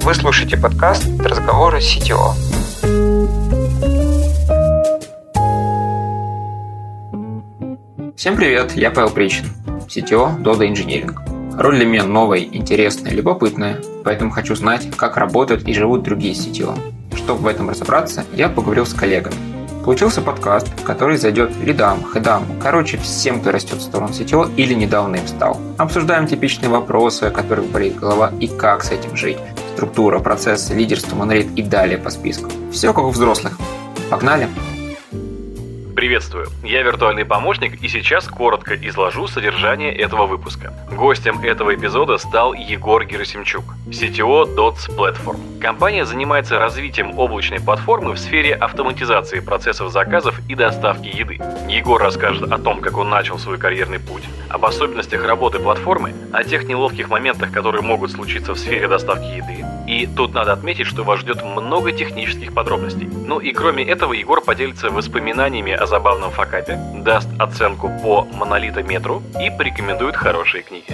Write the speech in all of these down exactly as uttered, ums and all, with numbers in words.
Вы слушаете подкаст «Разговоры си ти о». Всем привет, я Павел Причин, си ти о Dodo Engineering. Роль для меня новая, интересная, любопытная, поэтому хочу знать, как работают и живут другие си ти о. Чтобы в этом разобраться, я поговорил с коллегами. Получился подкаст, который зайдет лидам, хедам, короче, всем, кто растет в сторону си ти о или недавно им стал. Обсуждаем типичные вопросы, о которых болит голова и как с этим жить. Структура, процессы, лидерство, монолит и далее по списку. Все как у взрослых. Погнали! Приветствую, я виртуальный помощник и сейчас коротко изложу содержание этого выпуска. Гостем этого эпизода стал Егор Герасимчук, си ти о Dots Platform. Компания занимается развитием облачной платформы в сфере автоматизации процессов заказов и доставки еды. Егор расскажет о том, как он начал свой карьерный путь, об особенностях работы платформы, о тех неловких моментах, которые могут случиться в сфере доставки еды. И тут надо отметить, что вас ждет много технических подробностей. Ну и кроме этого, Егор поделится воспоминаниями о забавном факапе, даст оценку по монолитометру и порекомендует хорошие книги.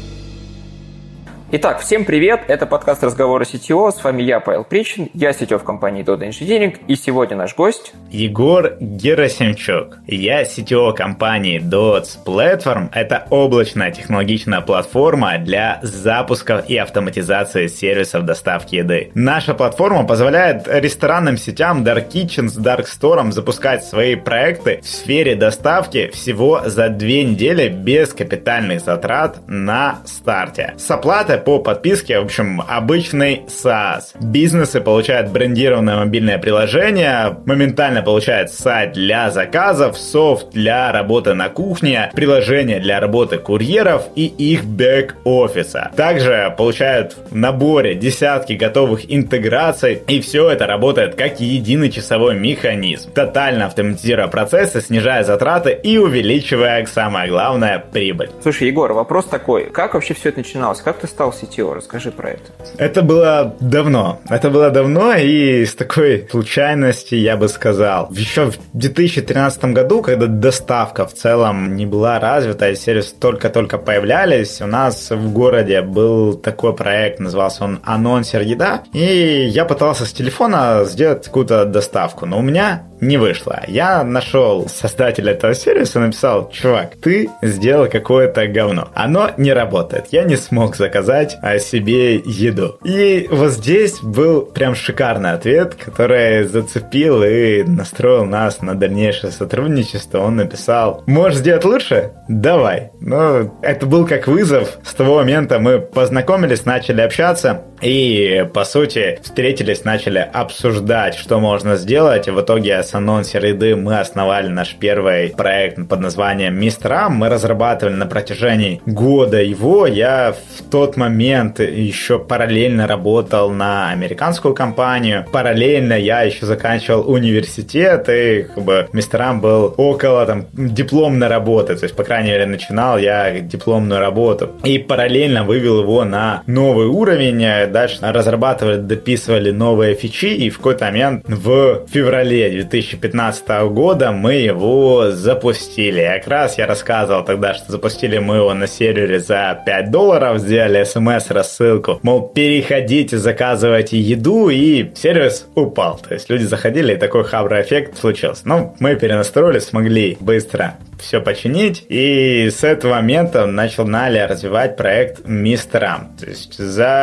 Итак, всем привет, это подкаст «Разговоры си ти о», с вами я, Павел Причин, я си ти о в компании Dodo Engineering, и сегодня наш гость Егор Герасимчук. Я си ти о компании Dots Platform, это облачная технологичная платформа для запуска и автоматизации сервисов доставки еды. Наша платформа позволяет ресторанным сетям Dark Kitchen, Dark Store запускать свои проекты в сфере доставки всего за две недели без капитальных затрат на старте. С оплатой по подписке, в общем, обычный SaaS. Бизнесы получают брендированное мобильное приложение, моментально получают сайт для заказов, софт для работы на кухне, приложение для работы курьеров и их бэк-офиса. Также получают в наборе десятки готовых интеграций, и все это работает как единый часовой механизм, тотально автоматизируя процессы, снижая затраты и увеличивая, самое главное, прибыль. Слушай, Егор, вопрос такой, как вообще все это начиналось? Как ты стал си ти о? Расскажи про это. Это было давно. Это было давно, и с такой случайности я бы сказал. Еще в две тысячи тринадцатом году, когда доставка в целом не была развита, и сервисы только-только появлялись, у нас в городе был такой проект, назывался он «Анонсер еда», и я пытался с телефона сделать какую-то доставку, но у меня не вышло. Я нашел создателя этого сервиса и написал: чувак, ты сделал какое-то говно. Оно не работает. Я не смог заказать себе еду. И вот здесь был прям шикарный ответ, который зацепил и настроил нас на дальнейшее сотрудничество. Он написал: можешь сделать лучше? Давай. Ну, это был как вызов. С того момента мы познакомились, начали общаться и, по сути, встретились, начали обсуждать, что можно сделать. И в итоге с анонсер еды мы основали наш первый проект под названием Мистер. Мы разрабатывали на протяжении года его. Я в тот момент еще параллельно работал на американскую компанию. Параллельно я еще заканчивал университет, и как бы Мистер был около там дипломной работы. То есть, по крайней мере, начинал я дипломную работу. И параллельно вывел его на новый уровень. Дальше разрабатывали, дописывали новые фичи, и в какой-то момент в феврале две тысячи пятнадцатого года мы его запустили. И как раз я рассказывал тогда, что запустили мы его на сервере за пять долларов, сделали смс-рассылку, мол, переходите, заказывайте еду, и сервис упал. То есть люди заходили, и такой хабра эффект случился. Но мы перенастроили, смогли быстро все починить, и с этого момента начали развивать проект Мистер. То есть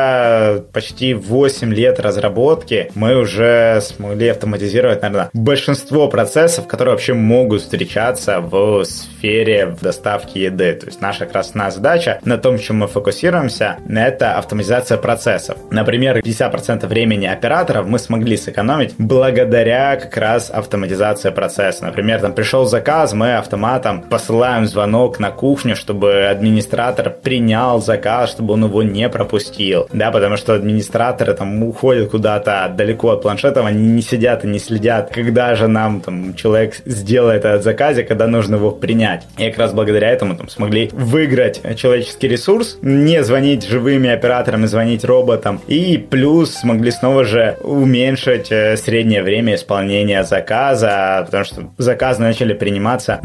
за почти восемь лет разработки мы уже смогли автоматизировать, наверное, большинство процессов, которые вообще могут встречаться в сфере доставки еды. То есть наша как раз основная задача на том, чем мы фокусируемся, это автоматизация процессов. Например, пятьдесят процентов времени операторов мы смогли сэкономить благодаря как раз автоматизации процесса. Например, там пришел заказ, мы автоматом посылаем звонок на кухню, чтобы администратор принял заказ, чтобы он его не пропустил. Да, потому что администраторы там уходят куда-то далеко от планшетов, они не сидят и не следят, когда же нам там человек сделает этот заказ, когда нужно его принять. И как раз благодаря этому там смогли выиграть человеческий ресурс, не звонить живыми операторам, звонить роботам, и плюс смогли снова же уменьшить среднее время исполнения заказа, потому что заказы начали приниматься намного быстрее.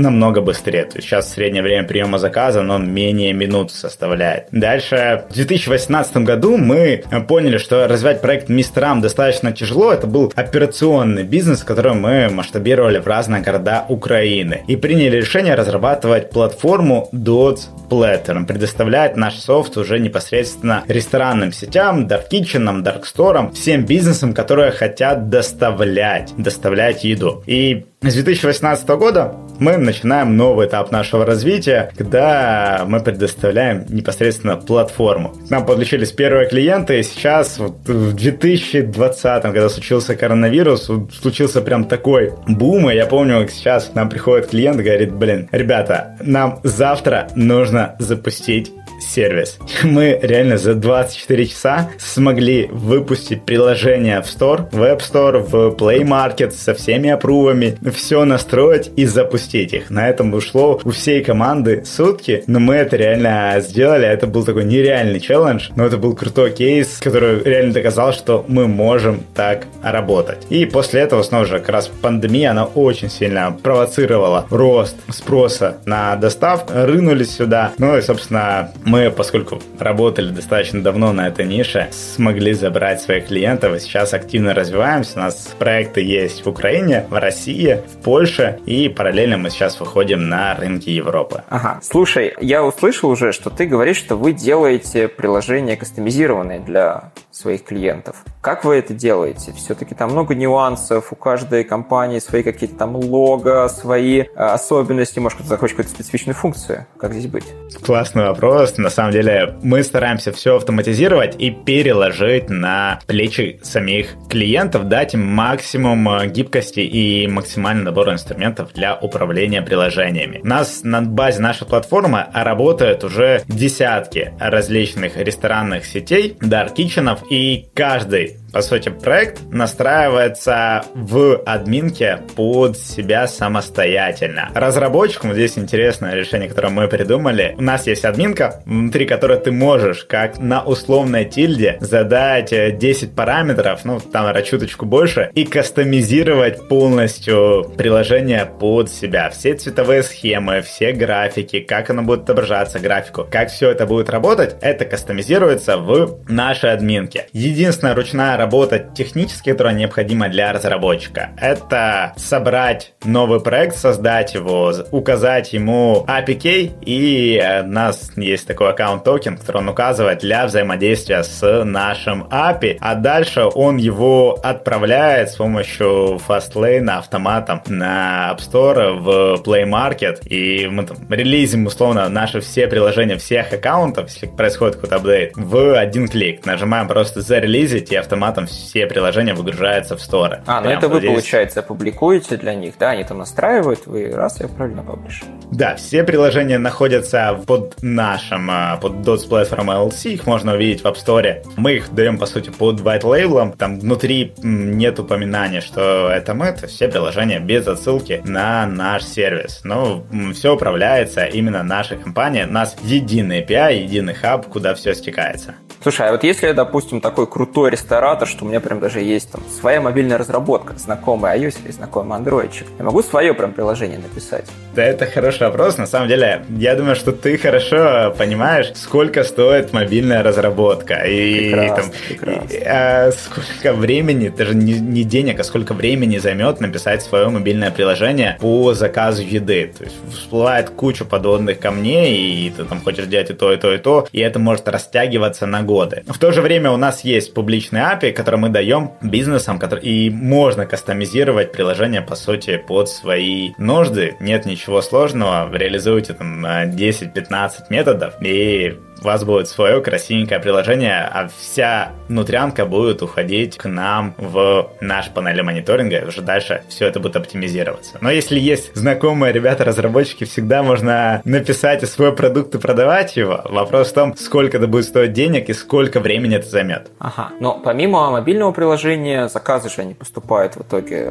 быстрее. То есть сейчас среднее время приема заказа, но он менее минуты составляет. Дальше, в две тысячи восемнадцатом году мы поняли, что развивать проект Мистерам достаточно тяжело. Это был операционный бизнес, который мы масштабировали в разные города Украины. И приняли решение разрабатывать платформу Dots Platform, предоставлять наш софт уже непосредственно ресторанным сетям, Dark Kitchen, Dark Store, всем бизнесам, которые хотят доставлять, доставлять еду. И с две тысячи восемнадцатого года мы начинаем новый этап нашего развития, когда мы предоставляем непосредственно платформу. К нам подключились первые клиенты, и сейчас вот в две тысячи двадцатом, когда случился коронавирус, случился прям такой бум, и я помню, как сейчас к нам приходит клиент и говорит: блин, ребята, нам завтра нужно запустить сервис. Мы реально за двадцать четыре часа смогли выпустить приложение в Store, в App Store, в Play Market со всеми апрувами, все настроить и запустить их. На этом ушло у всей команды сутки, но мы это реально сделали. Это был такой нереальный челлендж, но это был крутой кейс, который реально доказал, что мы можем так работать. И после этого, снова же, как раз пандемия, она очень сильно провоцировала рост спроса на доставку, рынулись сюда. Ну и, собственно, мы, поскольку работали достаточно давно на этой нише, смогли забрать своих клиентов, и сейчас активно развиваемся. У нас проекты есть в Украине, в России, в Польше, и параллельно мы сейчас выходим на рынки Европы. Ага, слушай, я услышал уже, что ты говоришь, что вы делаете приложения кастомизированные для своих клиентов. Как вы это делаете? Все-таки там много нюансов, у каждой компании свои какие-то там лого, свои особенности, может, кто-то захочет какую-то специфичную функцию. Как здесь быть? Классный вопрос. На самом деле мы стараемся все автоматизировать и переложить на плечи самих клиентов, дать им максимум гибкости и максимальный набор инструментов для управления приложениями. У нас на базе нашей платформы работают уже десятки различных ресторанных сетей, Dark Kitchen, и каждый, по сути, проект настраивается в админке под себя самостоятельно. Разработчикам здесь интересное решение, которое мы придумали. У нас есть админка, внутри которой ты можешь, как на условной тильде, задать десять параметров, ну, там чуточку больше, и кастомизировать полностью приложение под себя. Все цветовые схемы, все графики, как оно будет отображаться, графику, как все это будет работать, это кастомизируется в нашей админке. Единственная ручная работа технически, которая необходима для разработчика, это собрать новый проект, создать его, указать ему эй пи кей, и у нас есть такой аккаунт-токен, который он указывает для взаимодействия с нашим эй пи ай, а дальше он его отправляет с помощью Fastlane автоматом на App Store, в Play Market, и мы там релизим условно наши все приложения всех аккаунтов, если происходит какой-то апдейт, в один клик. Нажимаем просто зарелизить, и автоматом все приложения выгружаются в Store. А, ну это вы, здесь, получается, публикуете для них, да? Они там настраивают, вы раз и правильно паблишите. Да, все приложения находятся под нашим, под Dots Platform эл эл си, их можно увидеть в App Store. Мы их даем, по сути, под white label, там внутри нет упоминания, что это мы, то все приложения без отсылки на наш сервис. Но все управляется именно нашей компанией, у нас единый эй пи ай, единый хаб, куда все стекается. Слушай, а вот если я, допустим, такой крутой ресторатор, что у меня прям даже есть там своя мобильная разработка, знакомый iOS или знакомый андроидчик, я могу свое прям приложение написать? Да, это хороший вопрос. На самом деле, я думаю, что ты хорошо понимаешь, сколько стоит мобильная разработка. И, прекрасно, там, прекрасно. И, а, сколько времени, даже не, не денег, а сколько времени займет написать свое мобильное приложение по заказу еды. То есть всплывает куча подводных камней, и ты там хочешь делать и то, и то, и то, и это может растягиваться на годы. В то же время у нас есть публичный эй пи ай, который мы даем бизнесам, который... и можно кастомизировать приложение, по сути, под свои нужды. Нет ничего сложного, реализуйте там десять-пятнадцать методов, и у вас будет свое красивенькое приложение, а вся внутрянка будет уходить к нам в наш панель мониторинга, и уже дальше все это будет оптимизироваться. Но если есть знакомые ребята-разработчики, всегда можно написать свой продукт и продавать его. Вопрос в том, сколько это будет стоить денег и сколько времени это займет. Ага, но помимо мобильного приложения, заказы же они поступают в итоге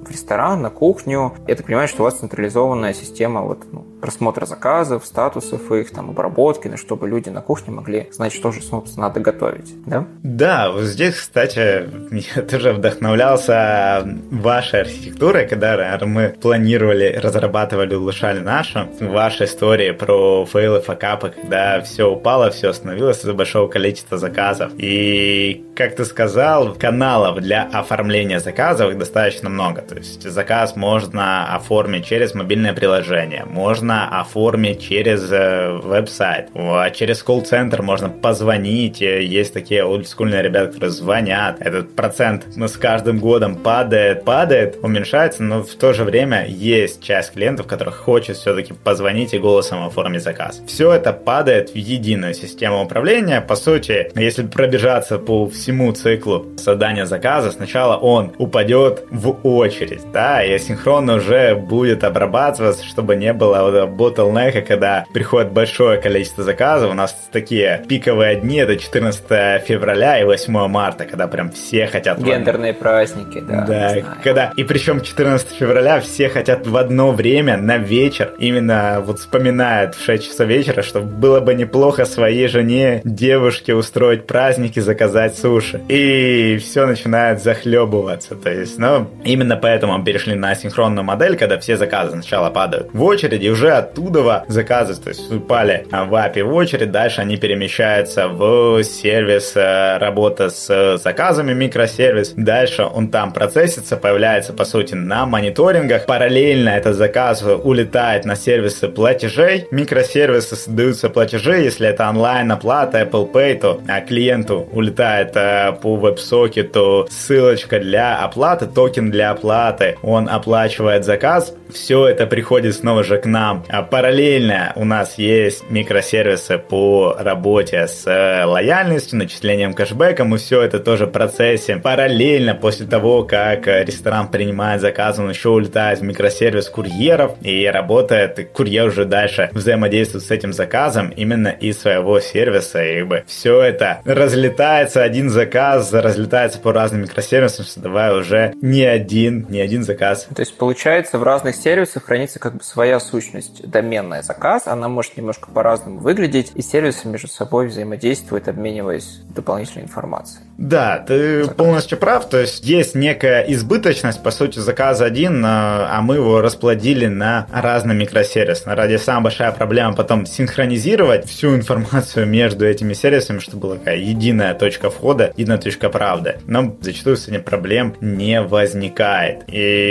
в ресторан, на кухню. Я так понимаю, что у вас централизованная система вот, ну, просмотра заказов, статусов их, там, обработки, ну, чтобы люди на кухне могли знать, что же, собственно, надо готовить, да? Да, вот здесь, кстати, я тоже вдохновлялся вашей архитектурой, когда мы планировали, разрабатывали, улучшали нашу. Ваша история про фейлы, факапы, когда все упало, все остановилось из-за большого количества заказов. И, как ты сказал, каналов для оформления заказов их достаточно много. То есть заказ можно оформить через мобильное приложение, можно оформить через веб-сайт, через колл-центр можно позвонить. Есть такие олдскульные ребята, которые звонят. Этот процент с каждым годом падает, падает, уменьшается, но в то же время есть часть клиентов, которых хочет все-таки позвонить и голосом оформить заказ. Все это падает в единую систему управления. По сути, если пробежаться по всему циклу создания заказа, сначала он упадет в очередь, да, и асинхронно уже будет обрабатываться, чтобы не было ботлнека, когда приходит большое количество заказов. У нас такие пиковые дни, это четырнадцатое февраля и восьмое марта, когда прям все хотят... Гендерные в... праздники, да. Да, когда... И причем четырнадцатое февраля все хотят в одно время, на вечер, именно вот вспоминают в шесть часов вечера, что было бы неплохо своей жене, девушке устроить праздники, заказать суши. И все начинает захлебываться. То есть, ну, именно поэтому мы перешли на асинхронную модель, когда все заказы сначала падают в очереди, уже оттуда заказы, то есть упали в эй пи ай в очередь, дальше они перемещаются в сервис, работа с заказами, микросервис, дальше он там процессится, появляется, по сути, на мониторингах, параллельно этот заказ улетает на сервисы платежей, микросервисы создаются платежи, если это онлайн-оплата, Apple Pay, то клиенту улетает по веб-сокету ссылочка для оплаты, токен для оплаты, он оплачивает заказ, все это приходит снова же к нам. А параллельно у нас есть микросервисы по работе с лояльностью, начислением кэшбэка, мы все это тоже процессим. Параллельно после того, как ресторан принимает заказ, он еще улетает в микросервис курьеров и работает, и курьер уже дальше взаимодействует с этим заказом именно из своего сервиса, и бы все это разлетается, один заказ разлетается по разным микросервисам, создавая уже не один, не один заказ. То есть получается, в разных сервисах хранится как бы своя сущность, доменная заказ, она может немножко по-разному выглядеть, и сервисы между собой взаимодействуют, обмениваясь дополнительной информацией. Да, ты заказ. Полностью прав, то есть есть некая избыточность, по сути, заказ один, а мы его расплодили на разные микросервисы. Ради самая большая проблема потом синхронизировать всю информацию между этими сервисами, чтобы была такая единая точка входа, единая точка правды. Но зачастую с этим проблем не возникает.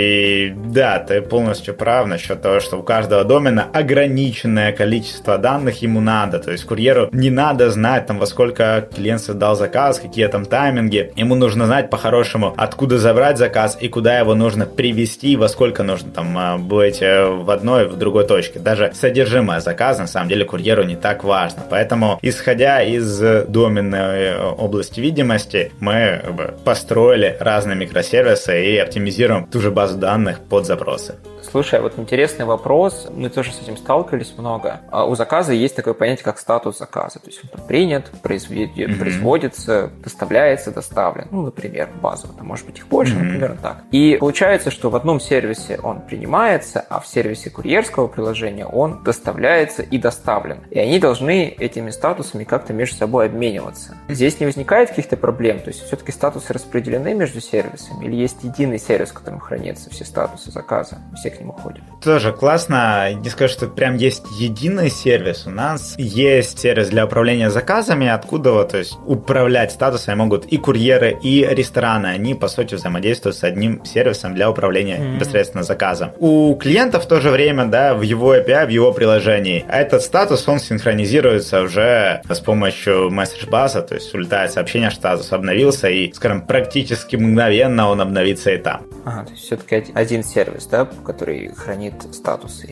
И да, ты полностью прав насчет того, что у каждого домена ограниченное количество данных ему надо. То есть курьеру не надо знать, там, во сколько клиент создал заказ, какие там тайминги. Ему нужно знать по-хорошему, откуда забрать заказ и куда его нужно привести, во сколько нужно там быть в одной, в другой точке. Даже содержимое заказа, на самом деле, курьеру не так важно. Поэтому, исходя из доменной области видимости, мы построили разные микросервисы и оптимизируем ту же базу данных под запросы. Слушай, вот интересный вопрос, мы тоже с этим сталкивались много. У заказа есть такое понятие, как статус заказа. То есть он принят, произведет, mm-hmm. производится, доставляется, доставлен. Ну, например, базово, там может быть их больше, mm-hmm. например, так. И получается, что в одном сервисе он принимается, а в сервисе курьерского приложения он доставляется и доставлен. И они должны этими статусами как-то между собой обмениваться. Здесь не возникает каких-то проблем? То есть все-таки статусы распределены между сервисами? Или есть единый сервис, в котором хранятся все статусы заказа? Все к нему ходят. Тоже классно. Не скажу, что прям есть единый сервис. У нас есть сервис для управления заказами, откуда вот, то есть управлять статусами могут и курьеры, и рестораны. Они, по сути, взаимодействуют с одним сервисом для управления mm-hmm. непосредственно заказом. У клиента в то же время, да, в его эй пи ай, в его приложении, этот статус, он синхронизируется уже с помощью месседж-база, то есть улетает сообщение, что статус обновился, и, скажем, практически мгновенно он обновится и там. Ага, то есть все-таки один сервис, да, который хранит статусы именно.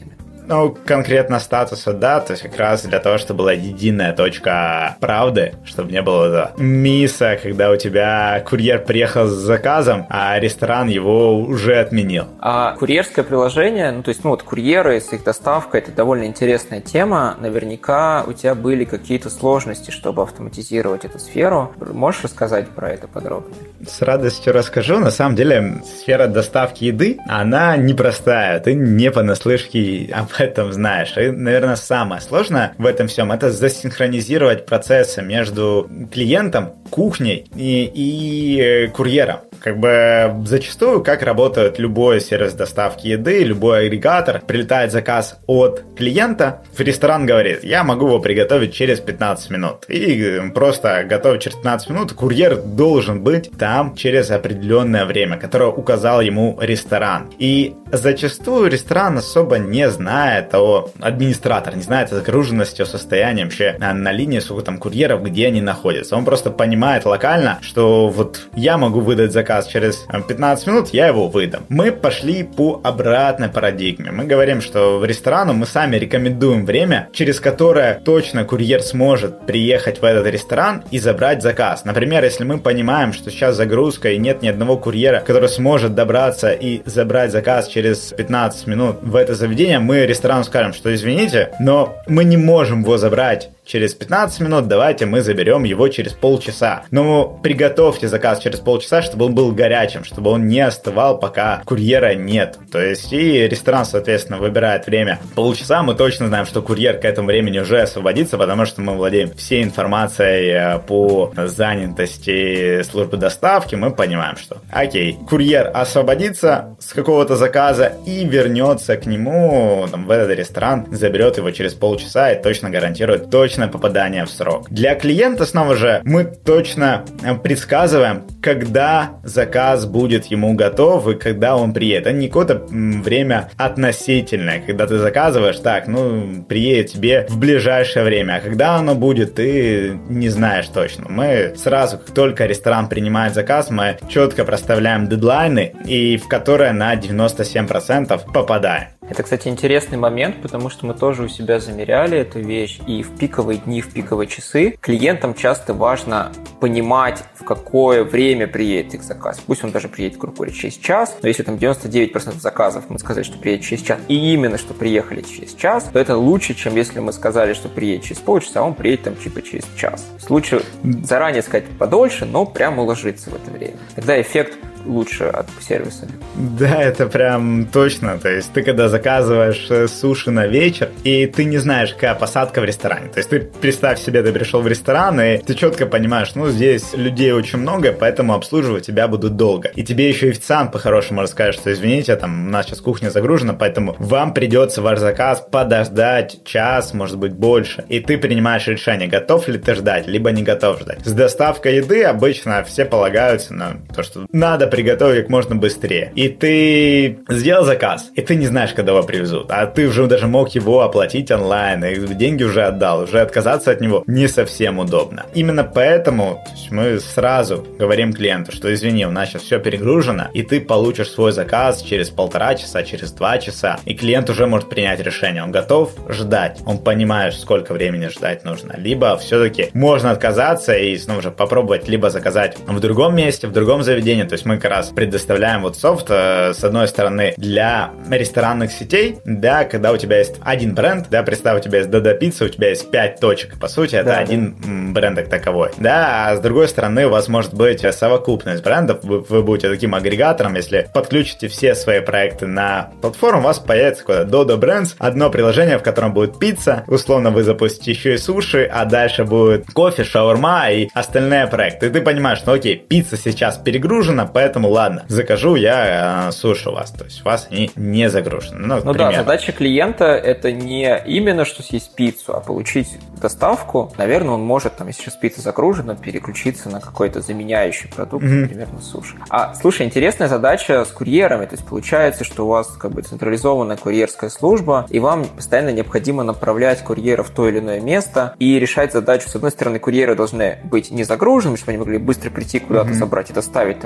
Ну, конкретно статуса, да, то есть как раз для того, чтобы была единая точка правды, чтобы не было да, мисса, когда у тебя курьер приехал с заказом, а ресторан его уже отменил. А курьерское приложение, ну, то есть, ну, вот курьеры с их доставкой, это довольно интересная тема. Наверняка у тебя были какие-то сложности, чтобы автоматизировать эту сферу. Можешь рассказать про это подробнее? С радостью расскажу. На самом деле, сфера доставки еды, она непростая. Ты не понаслышке об этом знаешь. И, наверное, самое сложное в этом всем – это засинхронизировать процессы между клиентом, кухней и, и курьером. Как бы зачастую, как работает любой сервис доставки еды, любой агрегатор, прилетает заказ от клиента, в ресторан говорит, я могу его приготовить через пятнадцать минут. И просто готовить через пятнадцать минут, курьер должен быть там через определенное время, которое указал ему ресторан. И зачастую ресторан особо не знает, о администратор не знает о загруженности, о состоянии вообще на линии, сколько там курьеров, где они находятся. Он просто понимает локально, что вот я могу выдать заказ через пятнадцать минут, я его выдам. Мы пошли по обратной парадигме. Мы говорим, что в ресторану мы сами рекомендуем время, через которое точно курьер сможет приехать в этот ресторан и забрать заказ. Например, если мы понимаем, что сейчас загрузка и нет ни одного курьера, который сможет добраться и забрать заказ через пятнадцать минут в это заведение, мы ресторану скажем, что извините, но мы не можем его забрать через пятнадцать минут, давайте мы заберем его через полчаса. Но приготовьте заказ через полчаса, чтобы он был горячим, чтобы он не остывал, пока курьера нет. То есть и ресторан, соответственно, выбирает время полчаса. Мы точно знаем, что курьер к этому времени уже освободится, потому что мы владеем всей информацией по занятости службы доставки. Мы понимаем, что окей, курьер освободится с какого-то заказа и вернется к нему там, в этот ресторан, заберет его через полчаса и точно гарантирует точно попадание в срок. Для клиента, снова же, мы точно предсказываем, когда заказ будет ему готов и когда он приедет. Это не какое-то время относительное, когда ты заказываешь, так, ну, приедет тебе в ближайшее время, а когда оно будет, ты не знаешь точно. Мы сразу, как только ресторан принимает заказ, мы четко проставляем дедлайны, и в которые на девяносто семь процентов попадаем. Это, кстати, интересный момент, потому что мы тоже у себя замеряли эту вещь, и в пиковые дни, в пиковые часы клиентам часто важно понимать, в какое время приедет их заказ. Пусть он даже приедет, грубо говоря, через час, но если там девяносто девять процентов заказов мы сказали, что приедет через час, и именно что приехали через час, то это лучше, чем если мы сказали, что приедет через полчаса, а он приедет там типа через час. Лучше заранее сказать подольше, но прямо уложиться в это время. Тогда эффект лучше от сервиса. Да, это прям точно. То есть ты когда заказываешь суши на вечер, и ты не знаешь, какая посадка в ресторане. То есть ты, представь себе, ты пришел в ресторан, и ты четко понимаешь, ну, здесь людей очень много, поэтому обслуживать тебя будут долго. И тебе еще официант по-хорошему расскажет, что извините, там у нас сейчас кухня загружена, поэтому вам придется ваш заказ подождать час, может быть, больше. И ты принимаешь решение, готов ли ты ждать, либо не готов ждать. С доставкой еды обычно все полагаются на то, что надо приготовить как можно быстрее. И ты сделал заказ, и ты не знаешь, когда его привезут. А ты уже даже мог его оплатить онлайн, и деньги уже отдал. Уже отказаться от него не совсем удобно. Именно поэтому мы сразу говорим клиенту, что извини, у нас сейчас все перегружено, и ты получишь свой заказ через полтора часа, через два часа. И клиент уже может принять решение. Он готов ждать. Он понимает, сколько времени ждать нужно. Либо все-таки можно отказаться и снова же попробовать либо заказать в другом месте, в другом заведении. То есть мы как раз предоставляем вот софт, э, с одной стороны, для ресторанных сетей, да, когда у тебя есть один бренд, да, представь, у тебя есть Dodo Pizza, у тебя есть пять точек, по сути, это да, один да. бренд как таковой, да, а с другой стороны, у вас может быть совокупность брендов, вы, вы будете таким агрегатором, если подключите все свои проекты на платформу, у вас появится какой-то Dodo Brands, одно приложение, в котором будет пицца, условно вы запустите еще и суши, а дальше будет кофе, шаурма и остальные проекты, и ты понимаешь, что окей, пицца сейчас перегружена, поэтому ладно, закажу я э, суши у вас, то есть у вас они не загружены. Ну, ну да, задача клиента это не именно что съесть пиццу, а получить доставку. Наверное, он может, там, если сейчас пицца загружена, переключиться на какой-то заменяющий продукт, mm-hmm. например, на суши. А, слушай, интересная задача с курьерами, то есть получается, что у вас как бы централизованная курьерская служба, и вам постоянно необходимо направлять курьера в то или иное место и решать задачу. С одной стороны, курьеры должны быть не загруженными, чтобы они могли быстро прийти куда-то, mm-hmm. забрать и доставить там максимально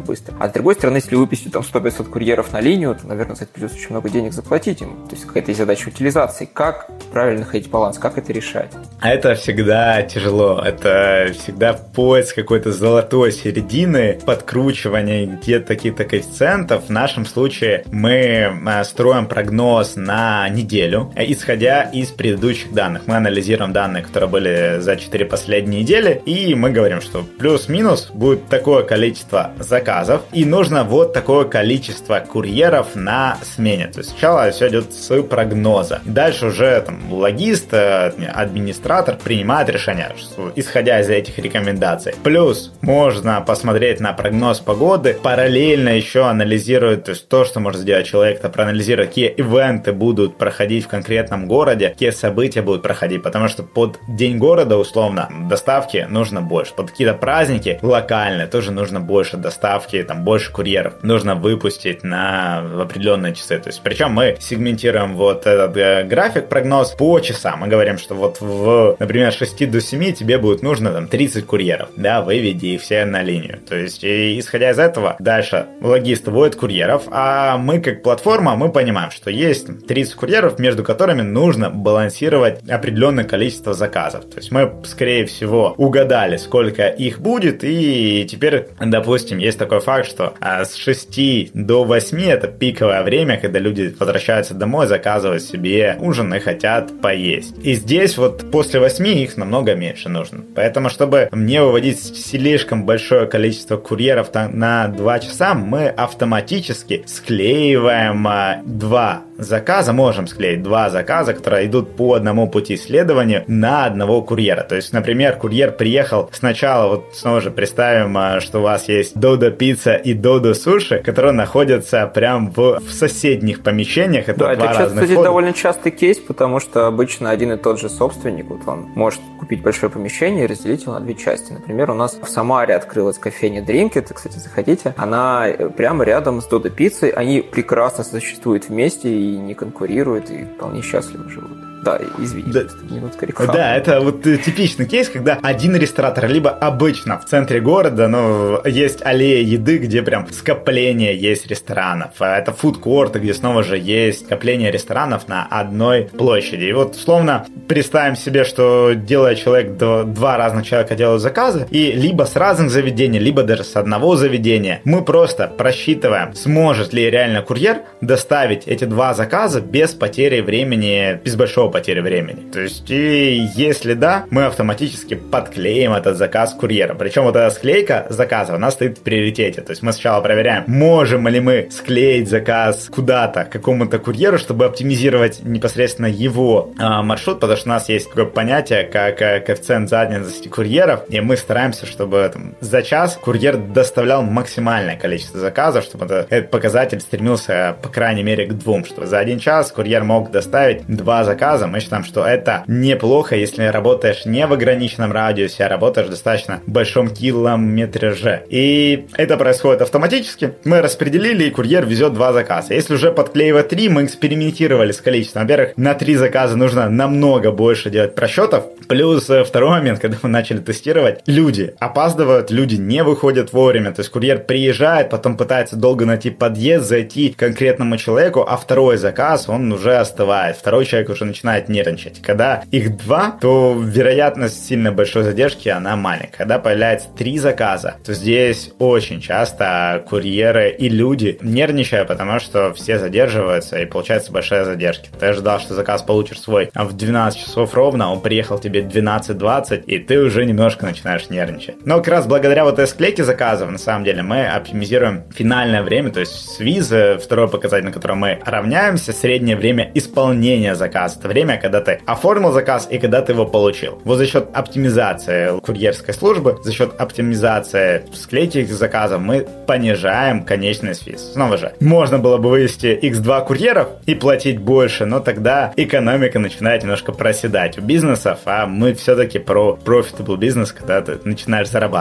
быстро. А с другой стороны, если выпустить там сто-пятьсот курьеров на линию, то, наверное, за это придется очень много денег заплатить им. То есть какая-то задача утилизации. Как правильно находить баланс, как это решать? А это всегда тяжело. Это всегда поиск какой-то золотой середины, подкручивание где-то каких-то коэффициентов. В нашем случае мы строим прогноз на неделю, исходя из предыдущих данных. Мы анализируем данные, которые были за четыре последние недели, и мы говорим, что плюс-минус будет такое количество заказов, и нужно вот такое количество курьеров на смене. То есть сначала все идет с прогноза. Дальше уже там логист, администратор принимает решение, исходя из этих рекомендаций. Плюс можно посмотреть на прогноз погоды, параллельно еще анализирует, то есть то, что может сделать человек, это проанализировать, какие ивенты будут проходить в конкретном городе, какие события будут проходить, потому что под День города, условно, доставки нужно больше. Под какие-то праздники локальные тоже нужно больше доставки, там больше курьеров нужно выпустить на определенные часы. То есть, причем мы сегментируем вот этот э, график, прогноз по часам. Мы говорим, что вот в, например, с шести до семи тебе будет нужно там тридцать курьеров, да, выведи их все на линию. То есть, и, исходя из этого, дальше логист вводит курьеров, а мы как платформа, мы понимаем, что есть тридцать курьеров, между которыми нужно балансировать определенное количество заказов. То есть, мы, скорее всего, угадали, сколько их будет, и теперь, допустим, есть такой факт, что а, с шести до восьми это пиковое время, когда люди возвращаются домой, заказывают себе ужин и хотят поесть. И здесь вот после восьми их намного меньше нужно. Поэтому, чтобы не выводить слишком большое количество курьеров на два часа, мы автоматически склеиваем а, два заказа, можем склеить два заказа, которые идут по одному пути исследования на одного курьера. То есть, например, курьер приехал сначала, вот снова же представим, что у вас есть Додо Пицца и Додо Суши, которые находятся прям в, в соседних помещениях. Это да, два это, разных кстати, входа. довольно частый кейс, потому что обычно один и тот же собственник, вот он может купить большое помещение и разделить его на две части. Например, у нас в Самаре открылась кофейня Drinkit, кстати, заходите, она прямо рядом с Додо Пиццей, они прекрасно сосуществуют вместе и не конкурируют, и вполне счастливо живут. Да, извини, да, минутка рекламы. Да, это вот типичный кейс, когда один ресторатор, либо обычно в центре города, ну, есть аллея еды, где прям скопление есть ресторанов. Это фудкорты, где снова же есть скопление ресторанов на одной площади. И вот, условно, представим себе, что делает человек, два разных человека делают заказы, и либо с разных заведений, либо даже с одного заведения. Мы просто просчитываем, сможет ли реально курьер доставить эти два заказа без потери времени, без большого потери времени. То есть, и если да, мы автоматически подклеим этот заказ курьера. Причем вот эта склейка заказа у нас стоит в приоритете. То есть, мы сначала проверяем, можем ли мы склеить заказ куда-то, какому-то курьеру, чтобы оптимизировать непосредственно его а, маршрут, потому что у нас есть такое понятие, как а, коэффициент занятости курьеров, и мы стараемся, чтобы там, за час курьер доставлял максимальное количество заказов, чтобы это, этот показатель стремился, по крайней мере, к двум, чтобы за один час курьер мог доставить два заказа. Мы считаем, что это неплохо, если работаешь не в ограниченном радиусе, а работаешь в достаточно большом километраже. И это происходит автоматически. Мы распределили, и курьер везет два заказа. Если уже подклеивать три, мы экспериментировали с количеством. Во-первых, на три заказа нужно намного больше делать просчетов. Плюс второй момент, когда мы начали тестировать, люди опаздывают, люди не выходят вовремя. То есть курьер приезжает, потом пытается долго найти подъезд, зайти к конкретному человеку, а второй заказ, он уже остывает. Второй человек уже начинает нервничать. Когда их два, то вероятность сильно большой задержки, она маленькая. Когда появляется три заказа, то здесь очень часто курьеры и люди нервничают, потому что все задерживаются, и получается большая задержка. Ты ожидал, что заказ получишь свой в двенадцать часов ровно, он приехал тебе двенадцать двадцать, и ты уже немножко начинаешь нервничать. Но как раз благодаря вот этой склейке заказов, на самом деле, мы оптимизируем финальное время, то есть свиз, второй показатель, на котором мы равняемся, среднее время исполнения заказа. Это время, когда ты оформил заказ и когда ты его получил. Вот за счет оптимизации курьерской службы, за счет оптимизации склейки этих заказов мы понижаем конечный свиз. Снова же, можно было бы вывести икс два курьеров и платить больше, но тогда экономика начинает немножко проседать у бизнесов, а мы все-таки про profitable бизнес, когда ты начинаешь зарабатывать.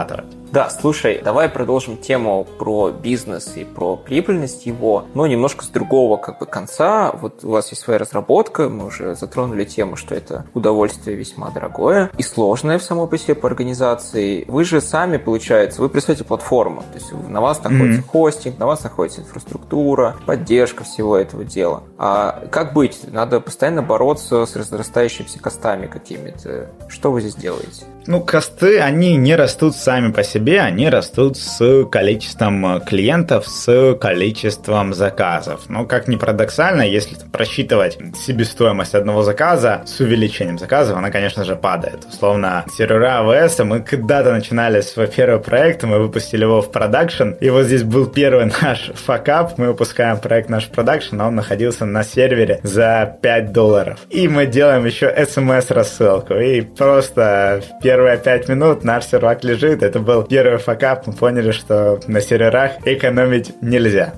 Да, слушай, давай продолжим тему про бизнес и про прибыльность его, но немножко с другого как бы конца. Вот у вас есть своя разработка, мы уже затронули тему, что это удовольствие весьма дорогое и сложное в самой по себе по организации. Вы же сами, получается, вы представляете платформу, то есть на вас находится mm-hmm. хостинг, на вас находится инфраструктура, поддержка всего этого дела. А как быть? Надо постоянно бороться с разрастающимися костами какими-то. Что вы здесь делаете? Ну, косты, они не растут сами по себе, они растут с количеством клиентов, с количеством заказов. Ну, как ни парадоксально, если просчитывать себестоимость одного заказа с увеличением заказов, она, конечно же, падает. Условно, сервера эй ви эс, мы когда-то начинали свой первый проект, мы выпустили его в продакшн, и вот здесь был первый наш факап, мы выпускаем проект наш в продакшн, а он находился на сервере за пять долларов. И мы делаем еще эс эм эс-рассылку, и просто в первые пять минут наш сервак лежит. Это был первый факап. Мы поняли, что на серверах экономить нельзя.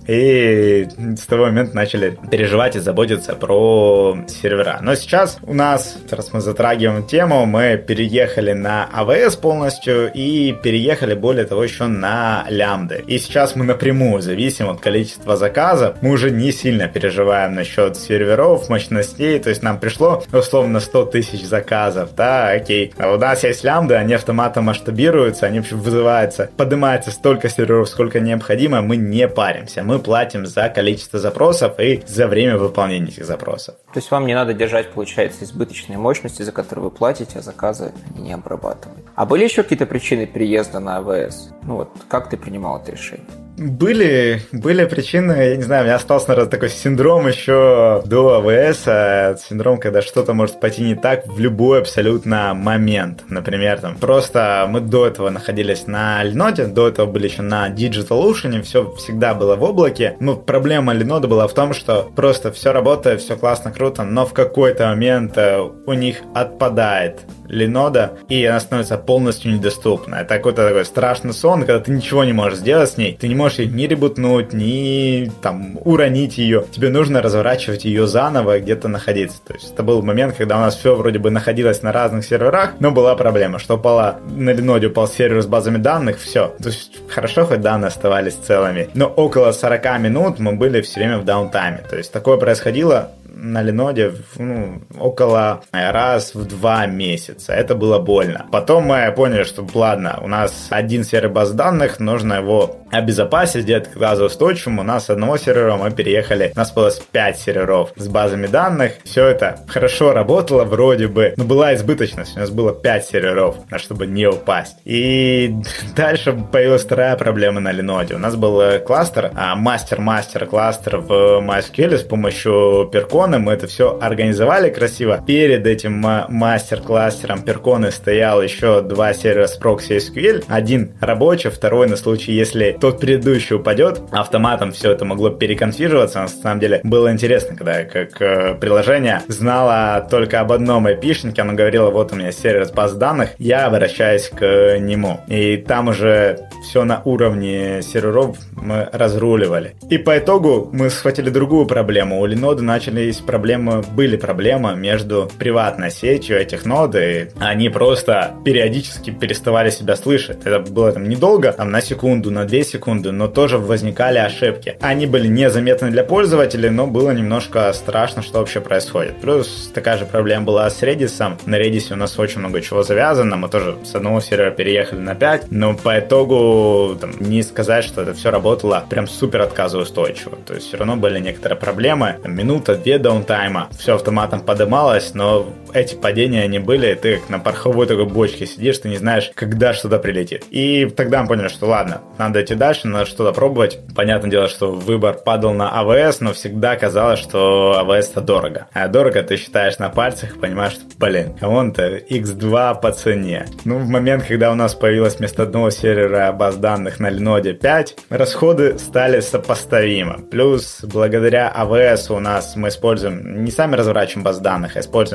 И с того момента начали переживать и заботиться про сервера. Но сейчас у нас, раз мы затрагиваем тему, мы переехали на эй ви эс полностью и переехали, более того, еще на лямбды. И сейчас мы напрямую зависим от количества заказов. Мы уже не сильно переживаем насчет серверов, мощностей. То есть нам пришло условно сто тысяч заказов. Да, окей. А у нас есть лямбды, они автоматом масштабируются, они вызываются, поднимается столько серверов, сколько необходимо, мы не паримся. Мы платим за количество запросов и за время выполнения этих запросов. То есть вам не надо держать, получается, избыточные мощности, за которые вы платите, а заказы они не обрабатывают. А были еще какие-то причины переезда на эй ви эс? Ну вот, как ты принимал это решение? Были, были причины, я не знаю, у меня остался, наверное, такой синдром еще до эй ви эс, синдром, когда что-то может пойти не так в любой абсолютно момент. Например, там, просто мы до этого находились на Linode, до этого были еще на DigitalOcean, все всегда было в облаке. Но проблема Linode была в том, что просто все работает, все классно, круто, но в какой-то момент у них отпадает Linode, и она становится полностью недоступна. Это какой-то такой страшный сон, когда ты ничего не можешь сделать с ней, ты не можешь ее ни ребутнуть, ни там уронить ее. Тебе нужно разворачивать ее заново, где-то находиться. То есть это был момент, когда у нас все вроде бы находилось на разных серверах, но была проблема, что упала на Linode, упал сервер с базами данных, все. То есть хорошо, хоть данные оставались целыми. Но около сорок минут мы были все время в даунтайме. То есть такое происходило на Linode ну, около раз в два месяца. Это было больно. Потом мы поняли, что ладно, у нас один сервер баз данных, нужно его обезопасить, сделать газоустойчивым. У нас с одного сервера мы переехали, у нас было пять серверов с базами данных. Все это хорошо работало вроде бы, но была избыточность. У нас было пять серверов, чтобы не упасть. И дальше появилась вторая проблема на Linode. У нас был кластер, мастер-мастер кластер в MySQL с помощью Percona. Мы это все организовали красиво. Перед этим мастер-кластером Percona стоял еще два сервера с прокси эс кью эль. Один рабочий, второй на случай, если тот предыдущий упадет. Автоматом все это могло переконфигурироваться. На самом деле было интересно, когда как э, приложение знало только об одном ай пи-шнике. Оно говорило, вот у меня сервер с баз данных, я обращаюсь к нему. И там уже все на уровне серверов мы разруливали. И по итогу мы схватили другую проблему. У Linode начались проблемы, были проблемы между приватной сетью этих нод, и они просто периодически переставали себя слышать. Это было там недолго, там на секунду, на две секунды, но тоже возникали ошибки. Они были незаметны для пользователей, но было немножко страшно, что вообще происходит. Плюс такая же проблема была с Redis. На Redis у нас очень много чего завязано, мы тоже с одного сервера переехали на пять, но по итогу там, не сказать, что это все работало прям супер отказоустойчиво. То есть все равно были некоторые проблемы, там, минута, две даунтайма, все автоматом подымалось, но эти падения они были, ты как на пороховой такой бочке сидишь, ты не знаешь, когда что-то прилетит. И тогда мы поняли, что ладно, надо идти дальше, надо что-то пробовать. Понятное дело, что выбор падал на эй ви эс, но всегда казалось, что эй ви эс это дорого. А дорого ты считаешь на пальцах, понимаешь, что, блин, камон-то икс два по цене. Ну, в момент, когда у нас появилось вместо одного сервера баз данных на Linode пять, расходы стали сопоставимы. Плюс, благодаря эй ви эс у нас мы используем, не сами разворачиваем баз данных, а используем решение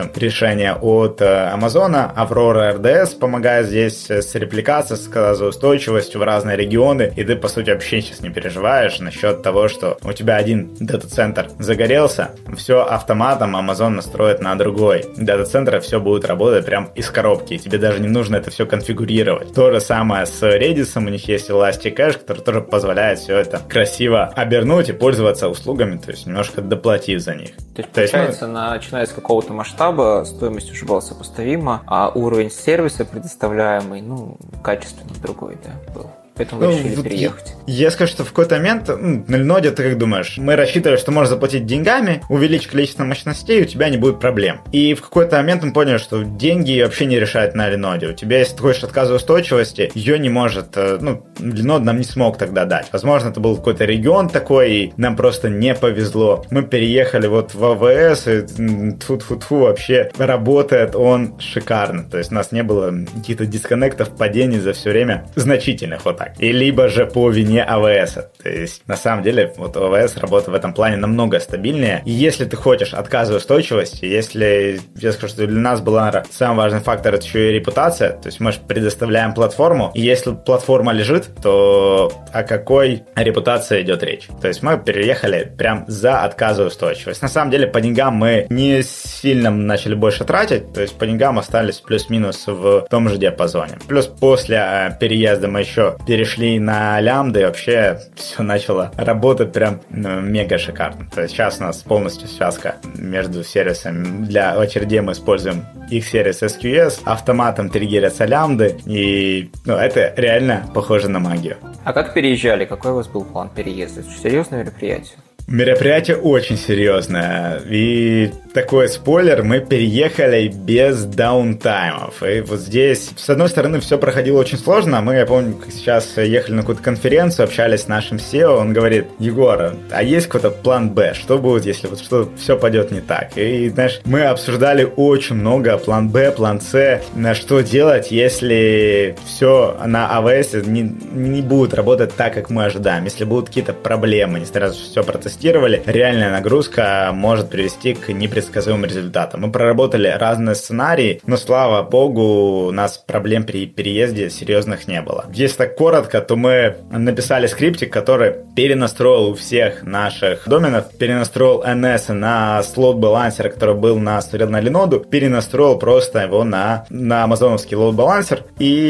решение от Амазона. Aurora эр ди эс помогает здесь с репликацией, с сказоустойчивостью в разные регионы, и ты, по сути, вообще сейчас не переживаешь насчет того, что у тебя один дата-центр загорелся, все автоматом Amazon настроит на другой дата-центр, и все будет работать прям из коробки, и тебе даже не нужно это все конфигурировать. То же самое с Redis, у них есть Elasticcache, который тоже позволяет все это красиво обернуть и пользоваться услугами, то есть немножко доплатив за них. То есть, получается, ну, начиная с какого-то масштаба, стоимость уже была сопоставима, а уровень сервиса предоставляемый, ну, качественно другой, да, был. Поэтому ну, решили переехать. Я, я скажу, что в какой-то момент ну, на Linode ты как думаешь, мы рассчитывали, что можешь заплатить деньгами, увеличить количество мощностей, у тебя не будет проблем. И в какой-то момент мы поняли, что деньги вообще не решают на Linode. У тебя, если ты хочешь отказоустойчивости, ее не может, ну, Linode нам не смог тогда дать. Возможно, это был какой-то регион такой, и нам просто не повезло. Мы переехали вот в АВС, и тьфу-тьфу-тьфу, вообще работает он шикарно. То есть у нас не было каких-то дисконнектов, падений за все время значительных вот так. И либо же по вине АВС. То есть, на самом деле, вот АВС работа в этом плане намного стабильнее. И если ты хочешь отказоустойчивости, если, я скажу, что для нас был самый важный фактор, это еще и репутация, то есть мы же предоставляем платформу, и если платформа лежит, то о какой репутации идет речь? То есть мы переехали прям за отказоустойчивость. На самом деле, по деньгам мы не сильно начали больше тратить, то есть по деньгам остались плюс-минус в том же диапазоне. Плюс после переезда мы еще перешли на лямбды, и вообще все начало работать прям ну, мега шикарно. То есть сейчас у нас полностью связка между сервисами. Для очередей мы используем их сервис эс кью эс, автоматом триггерятся лямбды, и ну, это реально похоже на магию. А как переезжали? Какой у вас был план переезда? Это серьезное мероприятие? Мероприятие очень серьезное. И такой спойлер, мы переехали без даунтаймов. И вот здесь, с одной стороны, все проходило очень сложно. Мы, я помню, как сейчас ехали на какую-то конференцию, общались с нашим си и о, он говорит: Егор, а есть какой-то план Б? Что будет, если вот что все пойдет не так? И, знаешь, мы обсуждали очень много план Б, план С, на что делать, если все на АВС не, не будет работать так, как мы ожидаем. Если будут какие-то проблемы, несмотря на то, что все протестировали, реальная нагрузка может привести к непредсказуемым результатам. Мы проработали разные сценарии, но, слава богу, у нас проблем при переезде серьезных не было. Если так коротко, то мы написали скриптик, который перенастроил у всех наших доменов, перенастроил эн эс на слот-балансер, который был на, смотрел на Linode, перенастроил просто его на, на амазоновский лоуд-балансер.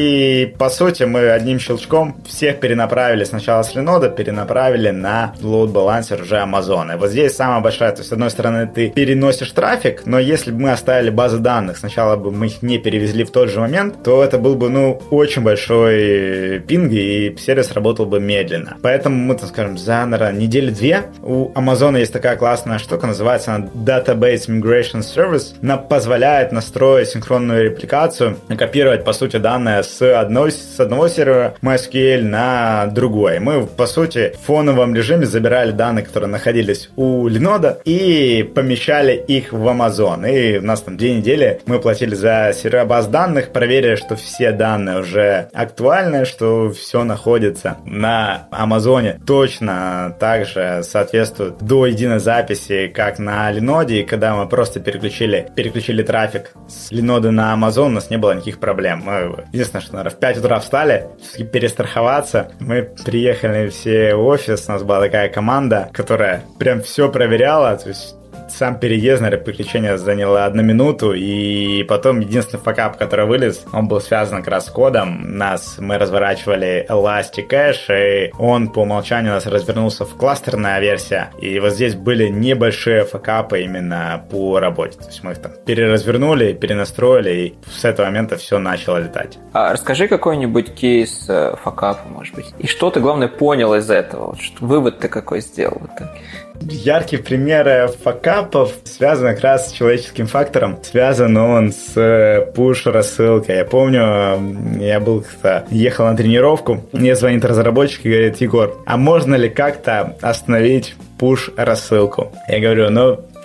И, по сути, мы одним щелчком всех перенаправили сначала с Linode, перенаправили на лоуд-балансер уже Amazon. И вот здесь самая большая, то есть, с одной стороны, ты переносишь трафик, но если бы мы оставили базы данных, сначала бы мы их не перевезли в тот же момент, то это был бы, ну, очень большой пинг, и сервис работал бы медленно. Поэтому мы, так скажем, за, наверное, недели-две у Amazon есть такая классная штука, называется она Database Migration Service. Она позволяет настроить синхронную репликацию, копировать, по сути, данные с, одной, с одного сервера MySQL на другой. Мы, по сути, в фоновом режиме забирали данные, которые находились у Linode, и помещали их в Amazon. И у нас там две недели мы платили за сервера баз данных, проверили, что все данные уже актуальны, что все находится на Амазоне. Точно так же соответствует до единой записи, как на Linode. И когда мы просто переключили, переключили трафик с Linode на Amazon, у нас не было никаких проблем. Мы, единственное, что, наверное, в пять утра встали, перестраховаться. Мы приехали все в офис, у нас была такая команда, которая прям все проверяла, то есть сам переезд, наверное, приключение заняло одну минуту, и потом единственный факап, который вылез, он был связан как раз с кодом. Нас, мы разворачивали Elasticcache, и он по умолчанию у нас развернулся в кластерная версия, и вот здесь были небольшие факапы именно по работе. То есть мы их там переразвернули, перенастроили, и с этого момента все начало летать. А расскажи какой-нибудь кейс факапа, может быть, и что ты, главное, понял из этого? Вот, что, вывод ты какой сделал в итоге? Яркий пример факапов связан как раз с человеческим фактором. Связан он с пуш-рассылкой. Я помню, я был как-то ехал на тренировку, мне звонит разработчик и говорит: Егор, а можно ли как-то остановить пуш-рассылку? Я говорю, ну,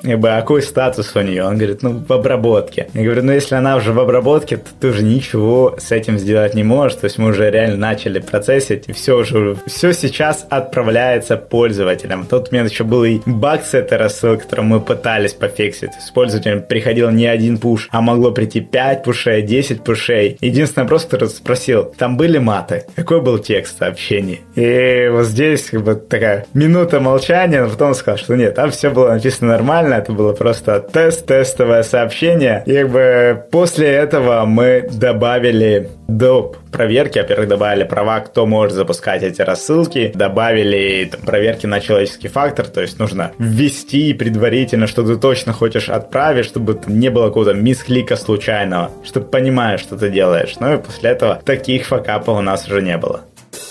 как бы, а какой статус у нее? Он говорит, ну, в обработке. Я говорю, ну, если она уже в обработке, то ты уже ничего с этим сделать не можешь. То есть мы уже реально начали процессить, и все уже, все сейчас отправляется пользователям. Тут у меня еще был и баг с этой рассылкой, который мы пытались пофиксить. То есть пользователям приходил не один пуш, а могло прийти пять пушей, десять пушей. Единственный вопрос, который спросил, там были маты? Какой был текст сообщений? И вот здесь как бы такая минута молчания, но потом он сказал, что нет, там все было написано нормально, это было просто тест, тестовое сообщение. И как бы после этого мы добавили до проверки, во-первых, добавили права, кто может запускать эти рассылки, добавили там, проверки на человеческий фактор, то есть нужно ввести предварительно, что ты точно хочешь отправить, чтобы не было какого-то мисклика случайного, чтобы понимаешь, что ты делаешь. Ну и после этого таких факапов у нас уже не было.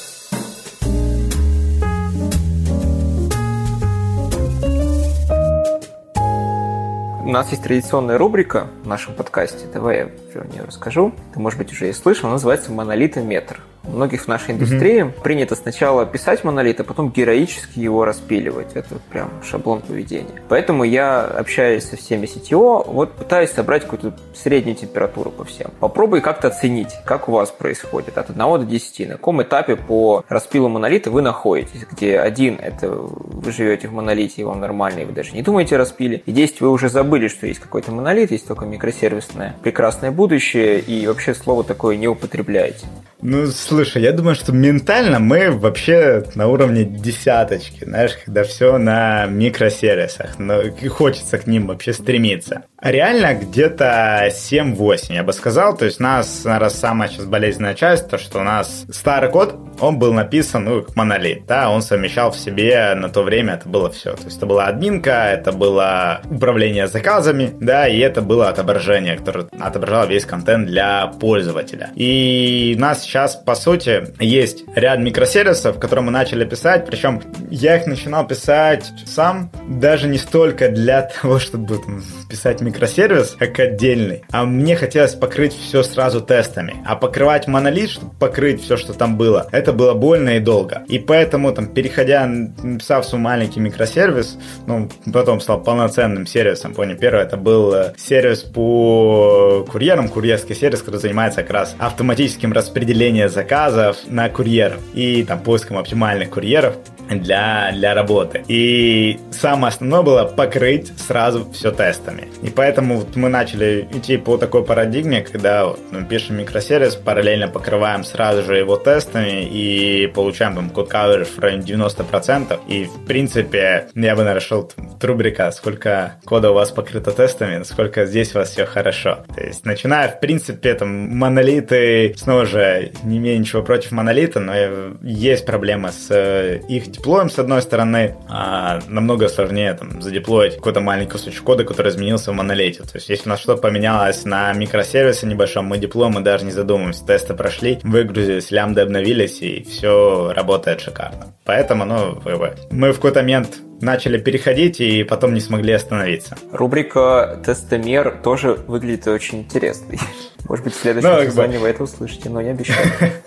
У нас есть традиционная рубрика в нашем подкасте. Давай я про нее расскажу. Ты, может быть, уже и слышал. Она называется «Монолитометр». У многих в нашей индустрии mm-hmm. принято сначала писать монолит, а потом героически его распиливать. Это прям шаблон поведения. Поэтому я, общаюсь со всеми си ти о, вот пытаюсь собрать какую-то среднюю температуру по всем. Попробуй как-то оценить, как у вас происходит от одного до десяти. На каком этапе по распилу монолита вы находитесь. Где один – это вы живете в монолите, и вам нормально, и вы даже не думаете о распиле. И десять – вы уже забыли, что есть какой-то монолит, есть только микросервисное прекрасное будущее, и вообще слово такое не употребляете. Ну, слушай, я думаю, что ментально мы вообще на уровне десяточки, знаешь, когда все на микросервисах, но и хочется к ним вообще стремиться. А реально где-то семь-восемь, я бы сказал, то есть у нас, наверное, самая сейчас болезненная часть, то, что у нас старый код, он был написан, ну, как монолит, да, он совмещал в себе на то время, это было все, то есть это была админка, это было управление заказами, да, и это было отображение, которое отображало весь контент для пользователя. И у нас сейчас, по сути, есть ряд микросервисов, которые мы начали писать, причем я их начинал писать сам, даже не столько для того, чтобы там, писать микросервис как отдельный, а мне хотелось покрыть все сразу тестами, а покрывать монолит, чтобы покрыть все, что там было, это было больно и долго. И поэтому, там, переходя, написав свой маленький микросервис, ну, потом стал полноценным сервисом, понял, первый это был сервис по курьерам, курьерский сервис, который занимается как раз автоматическим распределением заказов на курьеров и там поиском оптимальных курьеров для, для работы. И самое основное было покрыть сразу все тестами. И поэтому вот мы начали идти по такой парадигме, когда вот, мы пишем микросервис, параллельно покрываем сразу же его тестами и получаем там код coverage в районе девяносто процентов. И в принципе я бы нашел рубрика, сколько кода у вас покрыто тестами, насколько здесь у вас все хорошо. То есть начиная в принципе там монолиты, снова же не имею ничего против монолита, но есть проблемы с их деплоем с одной стороны, а намного сложнее там задеплоить какой-то маленький кусочек кода, который изменился в монолите. То есть если у нас что-то поменялось на микросервисе небольшом, мы деплоем, мы даже не задумываемся, тесты прошли, выгрузились, лямбды обновились, и все работает шикарно. Поэтому, ну, мы в какой-то момент начали переходить и потом не смогли остановиться. Рубрика «Тестомер» тоже выглядит очень интересной. Может быть, в следующем ну, сезоне вы это услышите, но не обещаю.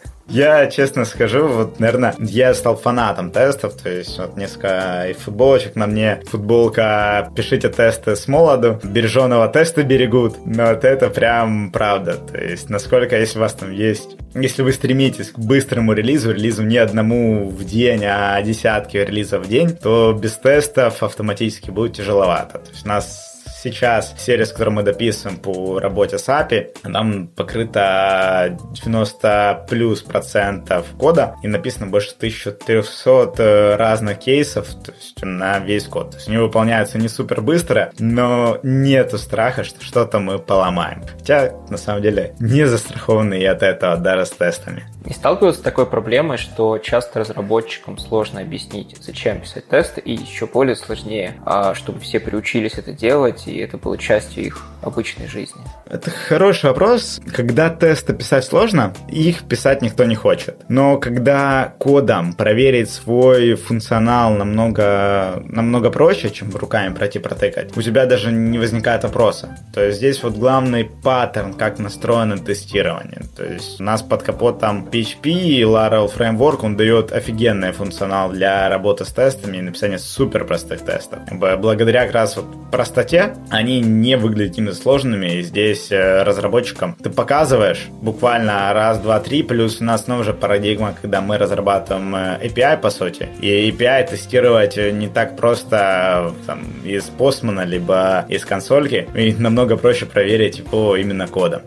Я честно скажу, вот, наверное, я стал фанатом тестов, то есть вот несколько футболочек на мне, футболка «Пишите тесты с молоду», береженого теста берегут, но вот это прям правда, то есть насколько, если у вас там есть, если вы стремитесь к быстрому релизу, релизу не одному в день, а десятки релизов в день, то без тестов автоматически будет тяжеловато, то есть у нас сейчас сервис, который мы дописываем по работе с эй пи ай, там покрыто девяносто плюс процентов кода и написано больше тысяча триста разных кейсов, то есть на весь код. То есть они выполняются не супер быстро, но нету страха, что что-то мы поломаем. Хотя, на самом деле, не застрахованы и от этого, даже с тестами. Не сталкиваются с такой проблемой, что часто разработчикам сложно объяснить, зачем писать тесты, и еще более сложнее, чтобы все приучились это делать, и это было частью их обычной жизни? Это хороший вопрос. Когда тесты писать сложно, их писать никто не хочет. Но когда кодом проверить свой функционал намного, намного проще, чем руками пройти протыкать, у тебя даже не возникает вопроса. То есть здесь вот главный паттерн, как настроено тестирование. То есть у нас под капотом пи эйч пи, Laravel Framework, он дает офигенный функционал для работы с тестами и написания супер простых тестов. Благодаря как раз вот простоте они не выглядят такими сложными, и здесь разработчикам ты показываешь буквально раз, два, три, плюс у нас снова же парадигма, когда мы разрабатываем эй пи ай, по сути, и эй пи ай тестировать не так просто там, из Postman, либо из консольки, и намного проще проверить по именно кодам.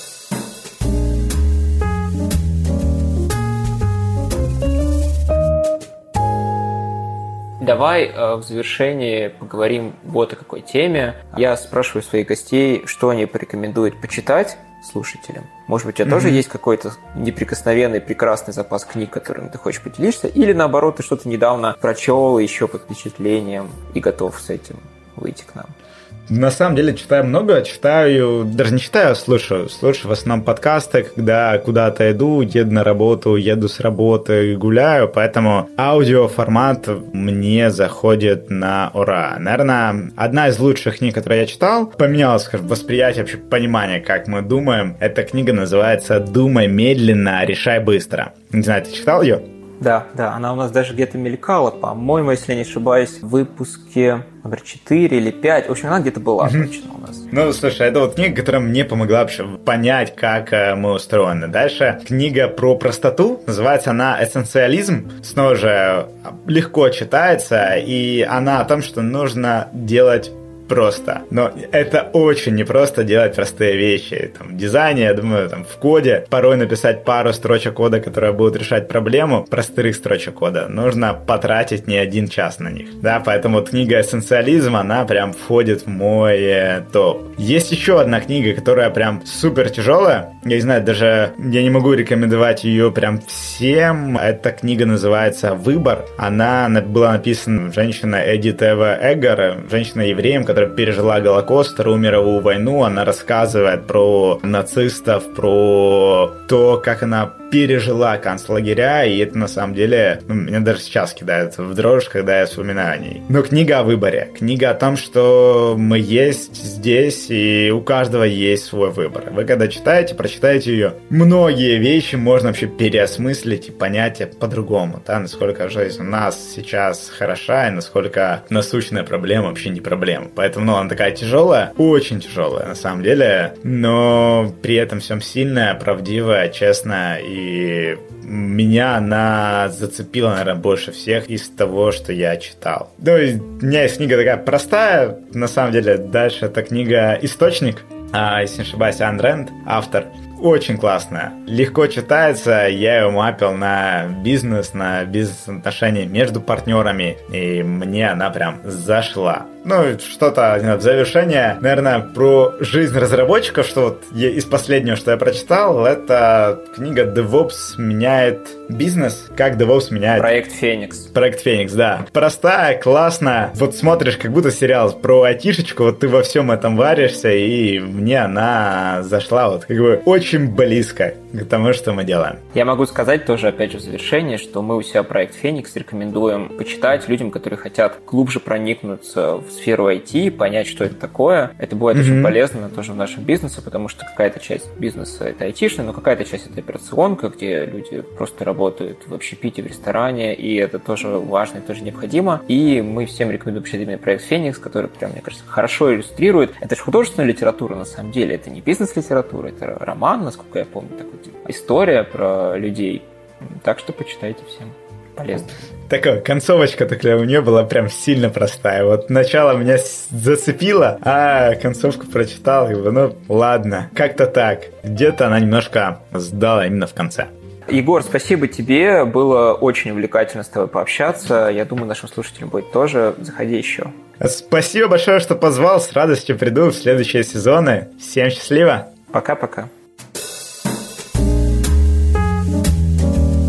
Давай э, в завершении поговорим вот о какой теме. Я спрашиваю своих гостей, что они порекомендуют почитать слушателям. Может быть, у тебя mm-hmm. тоже есть какой-то неприкосновенный, прекрасный запас книг, которым ты хочешь поделиться? Или, наоборот, ты что-то недавно прочел еще под впечатлением и готов с этим выйти к нам? На самом деле читаю много, читаю, даже не читаю, а слушаю. Слушаю в основном подкасты, когда куда-то иду, еду на работу, еду с работы, гуляю, поэтому аудиоформат мне заходит на ура. Наверное, одна из лучших книг, которую я читал, поменялось, скажем, восприятие, вообще понимание, как мы думаем. Эта книга называется «Думай медленно, решай быстро». Не знаю, ты читал ее? Да, да, она у нас даже где-то мелькала, по-моему, если я не ошибаюсь, в выпуске номер четыре или пять. В общем, она где-то была mm-hmm. точно у нас. Ну, слушай, это вот книга, которая мне помогла вообще понять, как мы устроены. Дальше книга про простоту, называется она «Эссенциализм». Снова же легко читается, и она о том, что нужно делать просто. Но это очень непросто делать простые вещи. Там, в дизайне, я думаю, там, в коде порой написать пару строчек кода, которые будут решать проблему, простых строчек кода, нужно потратить не один час на них. Да, поэтому вот книга «Эссенциализм», она прям входит в мой э, топ. Есть еще одна книга, которая прям супер тяжелая. Я не знаю, даже я не могу рекомендовать ее прям всем. Эта книга называется «Выбор». Она была написана женщиной Эдит Эва Эггер, женщина-евреем, которая пережила Голокост, Вторую мировую войну. Она рассказывает про нацистов, про то, как она пережила концлагеря, и это на самом деле, ну, меня даже сейчас кидает в дрожь, когда я вспоминаю о ней. Но книга о выборе. Книга о том, что мы есть здесь, и у каждого есть свой выбор. Вы когда читаете, прочитаете ее, многие вещи можно вообще переосмыслить и понять по-другому, да, насколько жизнь у нас сейчас хороша, и насколько насущная проблема вообще не проблема. Поэтому, ну, она такая тяжелая, очень тяжелая на самом деле, но при этом всем сильная, правдивая, честная, и И меня она зацепила, наверное, больше всех из того, что я читал. Ну, и у меня есть книга такая простая, на самом деле. Дальше эта книга «Источник», а, если не ошибаюсь, Айн Рэнд, автор. Очень классная. Легко читается. Я ее мапил на бизнес, на бизнес-отношения между партнерами. И мне она прям зашла. Ну, что-то, не знаю, в завершение, наверное, про жизнь разработчиков, что вот я, из последнего, что я прочитал, это книга DevOps меняет бизнес. Как DevOps меняет... Проект Феникс. Проект Феникс, да. Простая, классная. Вот смотришь, как будто сериал про айтишечку, вот ты во всем этом варишься, и мне она зашла вот как бы очень близко к тому, что мы делаем. Я могу сказать тоже, опять же, в завершение, что мы у себя проект Феникс рекомендуем почитать людям, которые хотят глубже проникнуться в сферу ай ти, понять, что это такое. Это будет mm-hmm. очень полезно тоже в нашем бизнесе, потому что какая-то часть бизнеса это айтишная, но какая-то часть это операционка, где люди просто работают в общепите, в ресторане, и это тоже важно и тоже необходимо. И мы всем рекомендуем почитать именно проект Феникс, который прям, мне кажется, хорошо иллюстрирует. Это же художественная литература на самом деле, это не бизнес-литература, это роман, насколько я помню, такой типа история про людей. Так что почитайте всем. Полезно. Такая концовочка такая у нее была прям сильно простая. Вот начало меня зацепило, а концовку прочитал, и ну ладно, как-то так. Где-то она немножко сдала именно в конце. Егор, спасибо тебе, было очень увлекательно с тобой пообщаться. Я думаю, нашим слушателям будет тоже. Заходи еще. Спасибо большое, что позвал. С радостью приду в следующие сезоны. Всем счастливо. Пока-пока.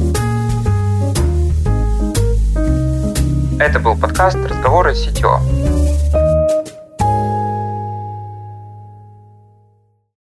Это был подкаст «Разговоры с си ти о».